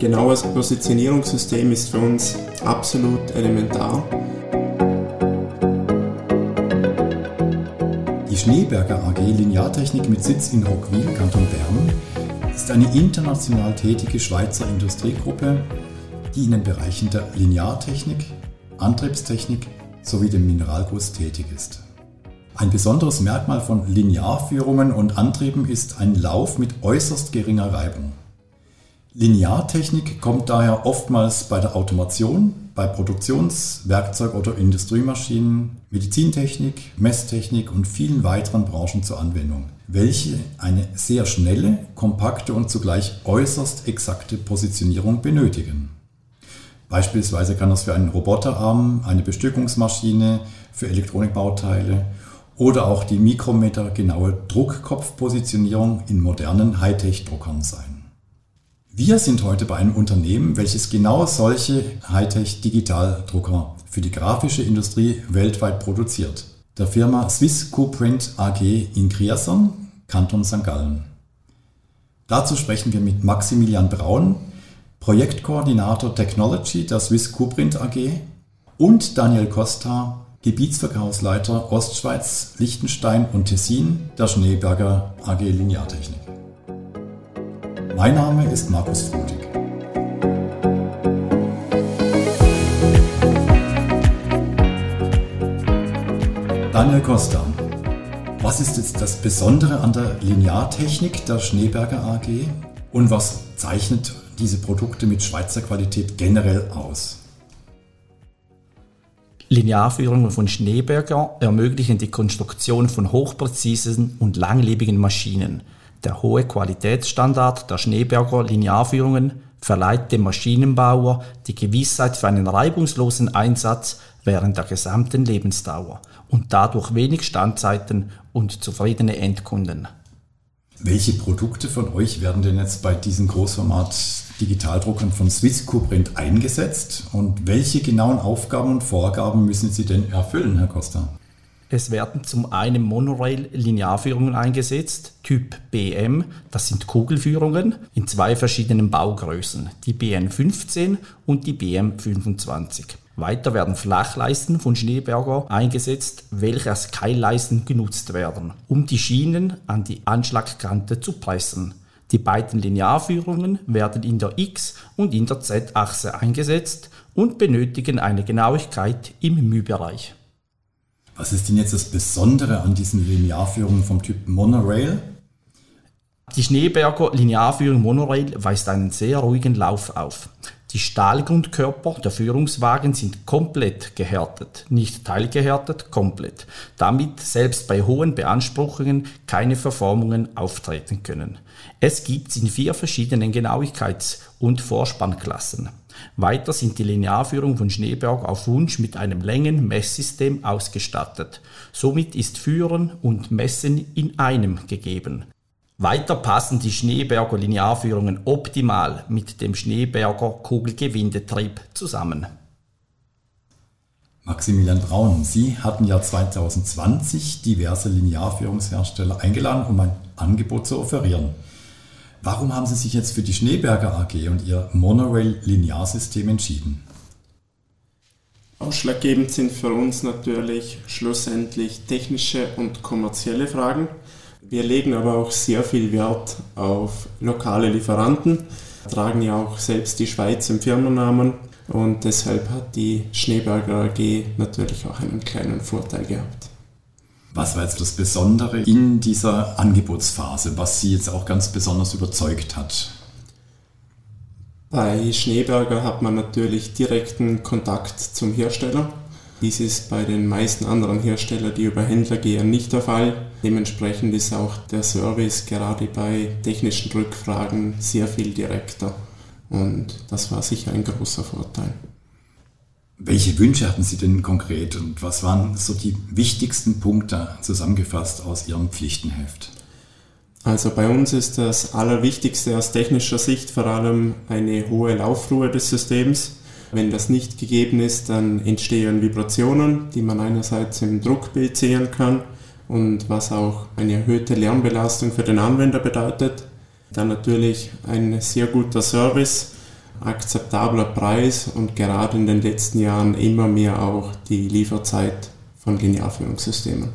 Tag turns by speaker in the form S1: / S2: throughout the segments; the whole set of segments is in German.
S1: genaues Positionierungssystem ist für uns absolut elementar.
S2: Die Schneeberger AG Lineartechnik mit Sitz in Roggwil, Kanton Bern, ist eine international tätige Schweizer Industriegruppe, die in den Bereichen der Lineartechnik, Antriebstechnik sowie dem Mineralguss tätig ist. Ein besonderes Merkmal von Linearführungen und Antrieben ist ein Lauf mit äußerst geringer Reibung. Lineartechnik kommt daher oftmals bei der Automation, bei Produktions-, Werkzeug- oder Industriemaschinen, Medizintechnik, Messtechnik und vielen weiteren Branchen zur Anwendung, welche eine sehr schnelle, kompakte und zugleich äußerst exakte Positionierung benötigen. Beispielsweise kann das für einen Roboterarm, eine Bestückungsmaschine, für Elektronikbauteile oder auch die mikrometergenaue Druckkopfpositionierung in modernen Hightech-Druckern sein. Wir sind heute bei einem Unternehmen, welches genau solche Hightech-Digitaldrucker für die grafische Industrie weltweit produziert, der Firma Swiss Q-Print AG in Grierson, Kanton St. Gallen. Dazu sprechen wir mit Maximilian Braun, Projektkoordinator Technology der Swiss Q-Print AG, und Daniel Costa, Gebietsverkaufsleiter Ostschweiz, Liechtenstein und Tessin der Schneeberger AG Lineartechnik. Mein Name ist Markus Frutig. Daniel Costa, was ist jetzt das Besondere an der Lineartechnik der Schneeberger AG und was zeichnet diese Produkte mit Schweizer Qualität generell aus?
S3: Linearführungen von Schneeberger ermöglichen die Konstruktion von hochpräzisen und langlebigen Maschinen. Der hohe Qualitätsstandard der Schneeberger Linearführungen verleiht dem Maschinenbauer die Gewissheit für einen reibungslosen Einsatz während der gesamten Lebensdauer und dadurch wenig Standzeiten und zufriedene Endkunden.
S2: Welche Produkte von euch werden denn jetzt bei diesen Großformat-Digitaldruckern von Swiss Q-Print eingesetzt und welche genauen Aufgaben und Vorgaben müssen sie denn erfüllen, Herr Costa?
S3: Es werden zum einen Monorail-Linearführungen eingesetzt, Typ BM, das sind Kugelführungen in zwei verschiedenen Baugrößen, die BN15 und die BM25. Weiter werden Flachleisten von Schneeberger eingesetzt, welche als Keilleisten genutzt werden, um die Schienen an die Anschlagkante zu pressen. Die beiden Linearführungen werden in der X- und in der Z-Achse eingesetzt und benötigen eine Genauigkeit im μ-Bereich.
S2: Was ist denn jetzt das Besondere an diesen Linearführungen vom Typ Monorail?
S3: Die Schneeberger Linearführung Monorail weist einen sehr ruhigen Lauf auf. Die Stahlgrundkörper der Führungswagen sind komplett gehärtet, nicht teilgehärtet, komplett, damit selbst bei hohen Beanspruchungen keine Verformungen auftreten können. Es gibt sie in 4 verschiedenen Genauigkeits- und Vorspannklassen. Weiter sind die Linearführungen von Schneeberger auf Wunsch mit einem Längen-Messsystem ausgestattet. Somit ist Führen und Messen in einem gegeben. Weiter passen die Schneeberger Linearführungen optimal mit dem Schneeberger Kugelgewindetrieb zusammen.
S2: Maximilian Braun, Sie hatten ja 2020 diverse Linearführungshersteller eingeladen, um ein Angebot zu offerieren. Warum haben Sie sich jetzt für die Schneeberger AG und Ihr Monorail-Linearsystem entschieden?
S1: Ausschlaggebend sind für uns natürlich schlussendlich technische und kommerzielle Fragen. Wir legen aber auch sehr viel Wert auf lokale Lieferanten, tragen ja auch selbst die Schweiz im Firmennamen und deshalb hat die Schneeberger AG natürlich auch einen kleinen Vorteil gehabt.
S2: Was war jetzt das Besondere in dieser Angebotsphase, was Sie jetzt auch ganz besonders überzeugt hat?
S1: Bei Schneeberger hat man natürlich direkten Kontakt zum Hersteller. Dies ist bei den meisten anderen Herstellern, die über Händler gehen, nicht der Fall. Dementsprechend ist auch der Service gerade bei technischen Rückfragen sehr viel direkter. Und das war sicher ein großer Vorteil.
S2: Welche Wünsche hatten Sie denn konkret und was waren so die wichtigsten Punkte zusammengefasst aus Ihrem Pflichtenheft?
S1: Also bei uns ist das Allerwichtigste aus technischer Sicht vor allem eine hohe Laufruhe des Systems. Wenn das nicht gegeben ist, dann entstehen Vibrationen, die man einerseits im Druckbild sehen kann und was auch eine erhöhte Lärmbelastung für den Anwender bedeutet. Dann natürlich ein sehr guter Service akzeptabler Preis und gerade in den letzten Jahren immer mehr auch die Lieferzeit von Linearführungssystemen.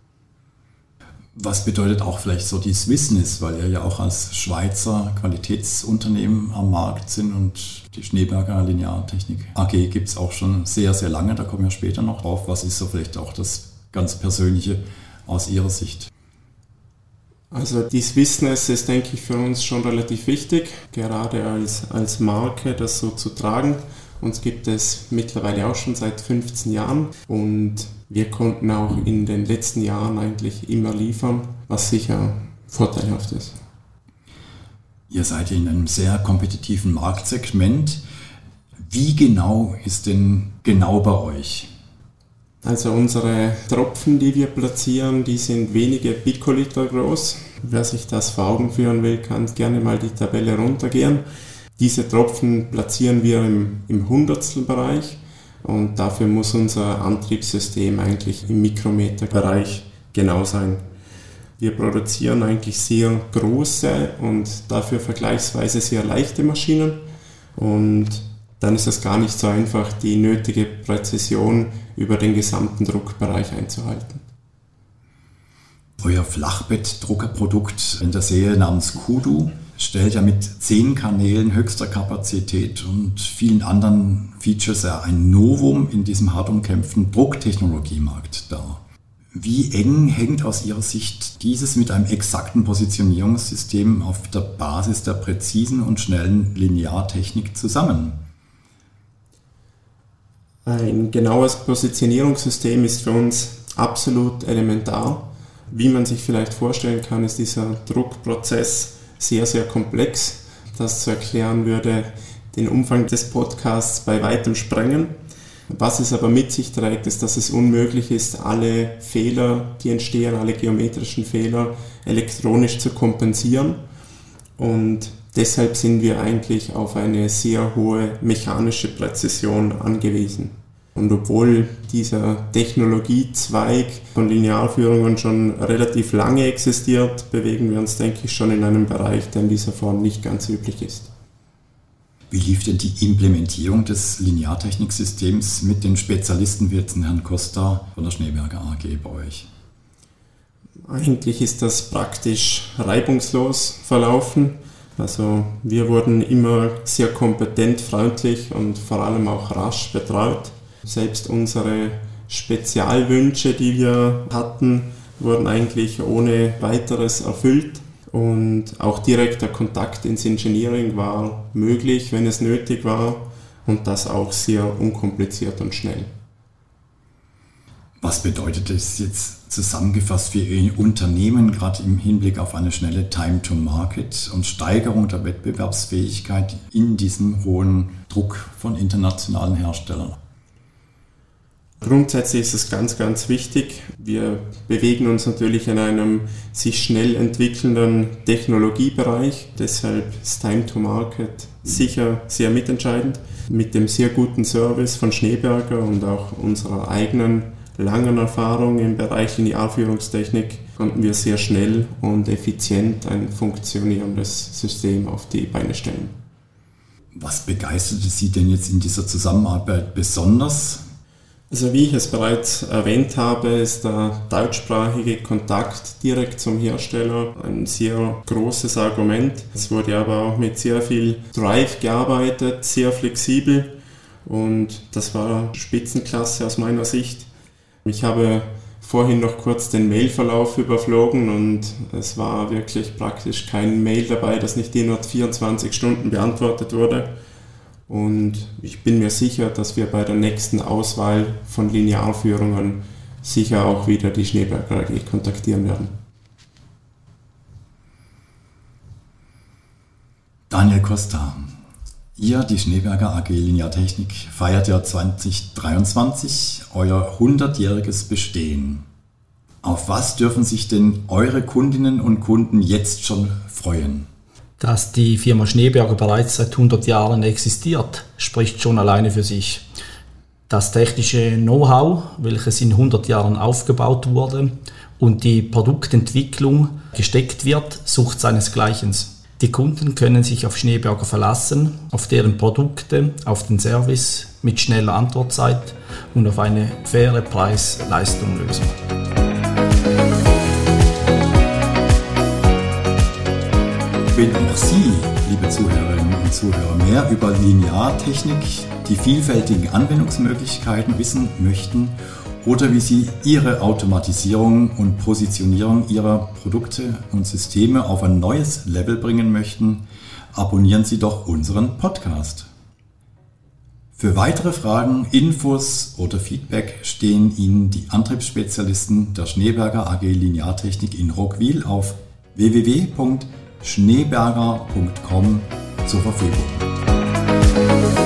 S2: Was bedeutet auch vielleicht so die Swissness, weil ihr ja auch als Schweizer Qualitätsunternehmen am Markt sind und die Schneeberger Lineartechnik AG gibt es auch schon sehr, sehr lange, da kommen wir später noch drauf. Was ist so vielleicht auch das ganz Persönliche aus Ihrer Sicht?
S1: Also die Swissness ist, denke ich, für uns schon relativ wichtig, gerade als Marke das so zu tragen. Uns gibt es mittlerweile auch schon seit 15 Jahren und wir konnten auch in den letzten Jahren eigentlich immer liefern, was sicher vorteilhaft ist.
S2: Ihr seid in einem sehr kompetitiven Marktsegment. Wie genau ist denn genau bei euch?
S1: Also unsere Tropfen, die wir platzieren, die sind wenige Pikoliter groß. Wer sich das vor Augen führen will, kann gerne mal die Tabelle runtergehen. Diese Tropfen platzieren wir im Hundertstelbereich und dafür muss unser Antriebssystem eigentlich im Mikrometerbereich genau sein. Wir produzieren eigentlich sehr große und dafür vergleichsweise sehr leichte Maschinen und dann ist es gar nicht so einfach, die nötige Präzision über den gesamten Druckbereich einzuhalten.
S2: Euer Flachbettdruckerprodukt in der Serie namens Kudu stellt ja mit 10 Kanälen höchster Kapazität und vielen anderen Features ein Novum in diesem hart umkämpften Drucktechnologiemarkt dar. Wie eng hängt aus Ihrer Sicht dieses mit einem exakten Positionierungssystem auf der Basis der präzisen und schnellen Lineartechnik zusammen?
S1: Ein genaues Positionierungssystem ist für uns absolut elementar. Wie man sich vielleicht vorstellen kann, ist dieser Druckprozess sehr, sehr komplex. Das zu erklären würde den Umfang des Podcasts bei weitem sprengen. Was es aber mit sich trägt, ist, dass es unmöglich ist, alle Fehler, die entstehen, alle geometrischen Fehler elektronisch zu kompensieren. Und deshalb sind wir eigentlich auf eine sehr hohe mechanische Präzision angewiesen. Und obwohl dieser Technologiezweig von Linearführungen schon relativ lange existiert, bewegen wir uns, denke ich, schon in einem Bereich, der in dieser Form nicht ganz üblich ist.
S2: Wie lief denn die Implementierung des Lineartechniksystems mit den Spezialisten wie jetzt Herrn Costa von der Schneeberger AG bei euch?
S1: Eigentlich ist das praktisch reibungslos verlaufen. Also wir wurden immer sehr kompetent, freundlich und vor allem auch rasch betreut. Selbst unsere Spezialwünsche, die wir hatten, wurden eigentlich ohne weiteres erfüllt. Und auch direkter Kontakt ins Engineering war möglich, wenn es nötig war. Und das auch sehr unkompliziert und schnell.
S2: Was bedeutet das jetzt zusammengefasst für Ihr Unternehmen, gerade im Hinblick auf eine schnelle Time-to-Market und Steigerung der Wettbewerbsfähigkeit in diesem hohen Druck von internationalen Herstellern?
S1: Grundsätzlich ist es ganz, ganz wichtig. Wir bewegen uns natürlich in einem sich schnell entwickelnden Technologiebereich. Deshalb ist Time to Market sicher sehr mitentscheidend. Mit dem sehr guten Service von Schneeberger und auch unserer eigenen langen Erfahrung im Bereich Linearführungstechnik konnten wir sehr schnell und effizient ein funktionierendes System auf die Beine stellen.
S2: Was begeisterte Sie denn jetzt in dieser Zusammenarbeit besonders?
S1: Also wie ich es bereits erwähnt habe, ist der deutschsprachige Kontakt direkt zum Hersteller ein sehr großes Argument. Es wurde aber auch mit sehr viel Drive gearbeitet, sehr flexibel und das war Spitzenklasse aus meiner Sicht. Ich habe vorhin noch kurz den Mailverlauf überflogen und es war wirklich praktisch kein Mail dabei, das nicht innerhalb 24 Stunden beantwortet wurde. Und ich bin mir sicher, dass wir bei der nächsten Auswahl von Linearführungen sicher auch wieder die Schneeberger AG kontaktieren werden.
S2: Daniel Costa, ihr, die Schneeberger AG Lineartechnik, feiert ja 2023 euer 100-jähriges Bestehen. Auf was dürfen sich denn eure Kundinnen und Kunden jetzt schon freuen?
S3: Dass die Firma Schneeberger bereits seit 100 Jahren existiert, spricht schon alleine für sich. Das technische Know-how, welches in 100 Jahren aufgebaut wurde und die Produktentwicklung gesteckt wird, sucht seinesgleichen. Die Kunden können sich auf Schneeberger verlassen, auf deren Produkte, auf den Service mit schneller Antwortzeit und auf eine faire Preis-Leistung-Lösung.
S2: Wenn auch Sie, liebe Zuhörerinnen und Zuhörer, mehr über Lineartechnik, die vielfältigen Anwendungsmöglichkeiten wissen möchten oder wie Sie Ihre Automatisierung und Positionierung Ihrer Produkte und Systeme auf ein neues Level bringen möchten, abonnieren Sie doch unseren Podcast. Für weitere Fragen, Infos oder Feedback stehen Ihnen die Antriebsspezialisten der Schneeberger AG Lineartechnik in Roggwil auf www.schneeberger.com zur Verfügung.